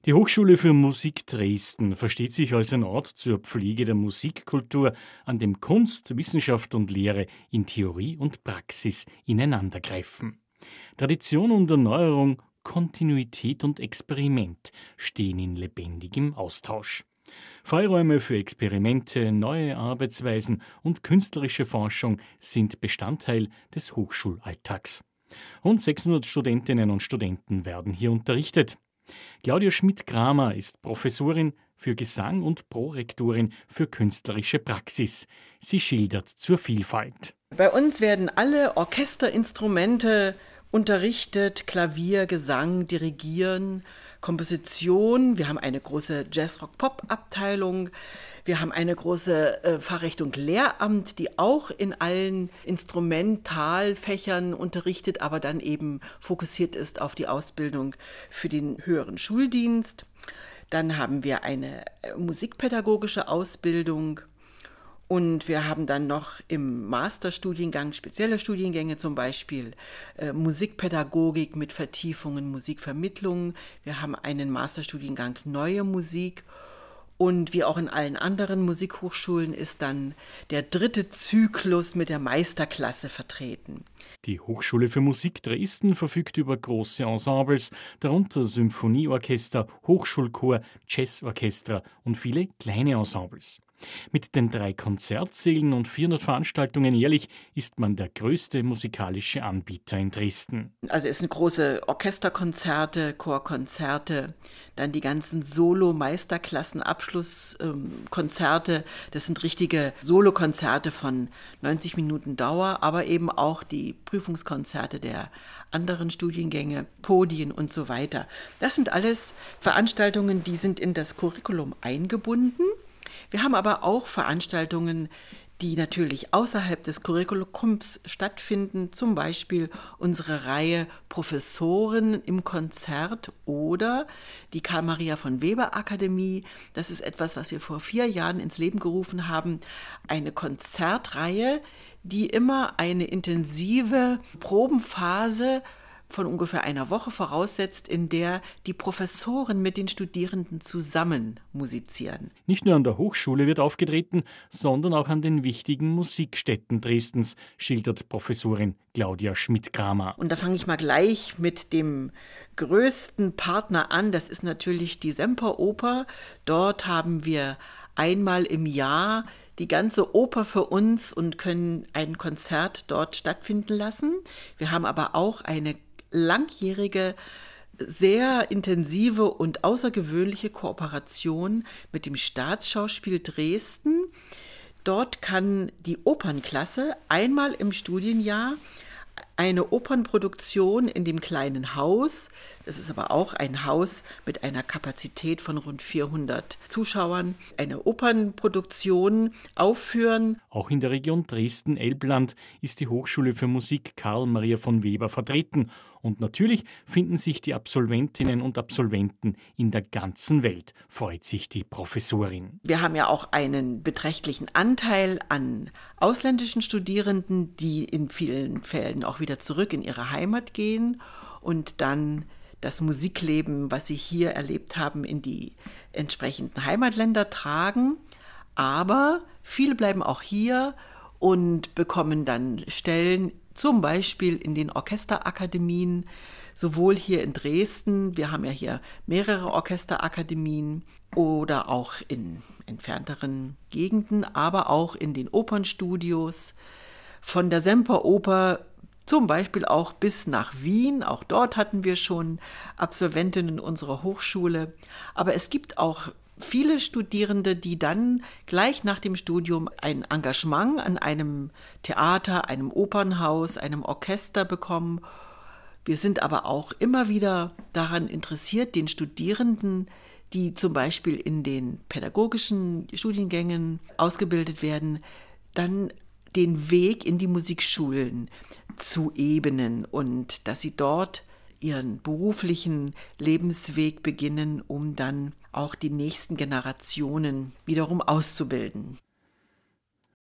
Die Hochschule für Musik Dresden versteht sich als ein Ort zur Pflege der Musikkultur, an dem Kunst, Wissenschaft und Lehre in Theorie und Praxis ineinandergreifen. Tradition und Erneuerung, Kontinuität und Experiment stehen in lebendigem Austausch. Freiräume für Experimente, neue Arbeitsweisen und künstlerische Forschung sind Bestandteil des Hochschulalltags. Rund 600 Studentinnen und Studenten werden hier unterrichtet. Claudia Schmidt-Kramer ist Professorin für Gesang und Prorektorin für künstlerische Praxis. Sie schildert zur Vielfalt. Bei uns werden alle Orchesterinstrumente unterrichtet: Klavier, Gesang, Dirigieren, Komposition. Wir haben eine große Jazz-Rock-Pop-Abteilung. Wir haben eine große Fachrichtung Lehramt, die auch in allen Instrumentalfächern unterrichtet, aber dann eben fokussiert ist auf die Ausbildung für den höheren Schuldienst. Dann haben wir eine musikpädagogische Ausbildung. Und wir haben dann noch im Masterstudiengang spezielle Studiengänge, zum Beispiel Musikpädagogik mit Vertiefungen Musikvermittlung. Wir haben einen Masterstudiengang Neue Musik. Und wie auch in allen anderen Musikhochschulen ist dann der dritte Zyklus mit der Meisterklasse vertreten. Die Hochschule für Musik Dresden verfügt über große Ensembles, darunter Symphonieorchester, Hochschulchor, Jazzorchester und viele kleine Ensembles. Mit den 3 Konzertsälen und 400 Veranstaltungen jährlich ist man der größte musikalische Anbieter in Dresden. Also es sind große Orchesterkonzerte, Chorkonzerte, dann die ganzen Solo-Meisterklassen, Abschlusskonzerte. Das sind richtige Solokonzerte von 90 Minuten Dauer, aber eben auch die Prüfungskonzerte der anderen Studiengänge, Podien und so weiter. Das sind alles Veranstaltungen, die sind in das Curriculum eingebunden. Wir haben aber auch Veranstaltungen, die natürlich außerhalb des Curriculums stattfinden, zum Beispiel unsere Reihe Professoren im Konzert oder die Karl-Maria von Weber Akademie. Das ist etwas, was wir vor 4 Jahren ins Leben gerufen haben, eine Konzertreihe, die immer eine intensive Probenphase von ungefähr einer Woche voraussetzt, in der die Professoren mit den Studierenden zusammen musizieren. Nicht nur an der Hochschule wird aufgetreten, sondern auch an den wichtigen Musikstätten Dresdens, schildert Professorin Claudia Schmidt-Kramer. Und da fange ich mal gleich mit dem größten Partner an. Das ist natürlich die Semperoper. Dort haben wir einmal im Jahr die ganze Oper für uns und können ein Konzert dort stattfinden lassen. Wir haben aber auch eine langjährige, sehr intensive und außergewöhnliche Kooperation mit dem Staatsschauspiel Dresden. Dort kann die Opernklasse einmal im Studienjahr eine Opernproduktion in dem kleinen Haus, das ist aber auch ein Haus mit einer Kapazität von rund 400 Zuschauern, eine Opernproduktion aufführen. Auch in der Region Dresden-Elbland ist die Hochschule für Musik Karl-Maria von Weber vertreten. Und natürlich finden sich die Absolventinnen und Absolventen in der ganzen Welt, freut sich die Professorin. Wir haben ja auch einen beträchtlichen Anteil an ausländischen Studierenden, die in vielen Fällen auch wieder zurück in ihre Heimat gehen und dann das Musikleben, was sie hier erlebt haben, in die entsprechenden Heimatländer tragen. Aber viele bleiben auch hier und bekommen dann Stellen, zum Beispiel in den Orchesterakademien, sowohl hier in Dresden, wir haben ja hier mehrere Orchesterakademien, oder auch in entfernteren Gegenden, aber auch in den Opernstudios, von der Semperoper zum Beispiel auch bis nach Wien. Auch dort hatten wir schon Absolventinnen unserer Hochschule. Aber es gibt auch viele Studierende, die dann gleich nach dem Studium ein Engagement an einem Theater, einem Opernhaus, einem Orchester bekommen. Wir sind aber auch immer wieder daran interessiert, den Studierenden, die zum Beispiel in den pädagogischen Studiengängen ausgebildet werden, dann den Weg in die Musikschulen zu ebnen und dass sie dort ihren beruflichen Lebensweg beginnen, um dann auch die nächsten Generationen wiederum auszubilden.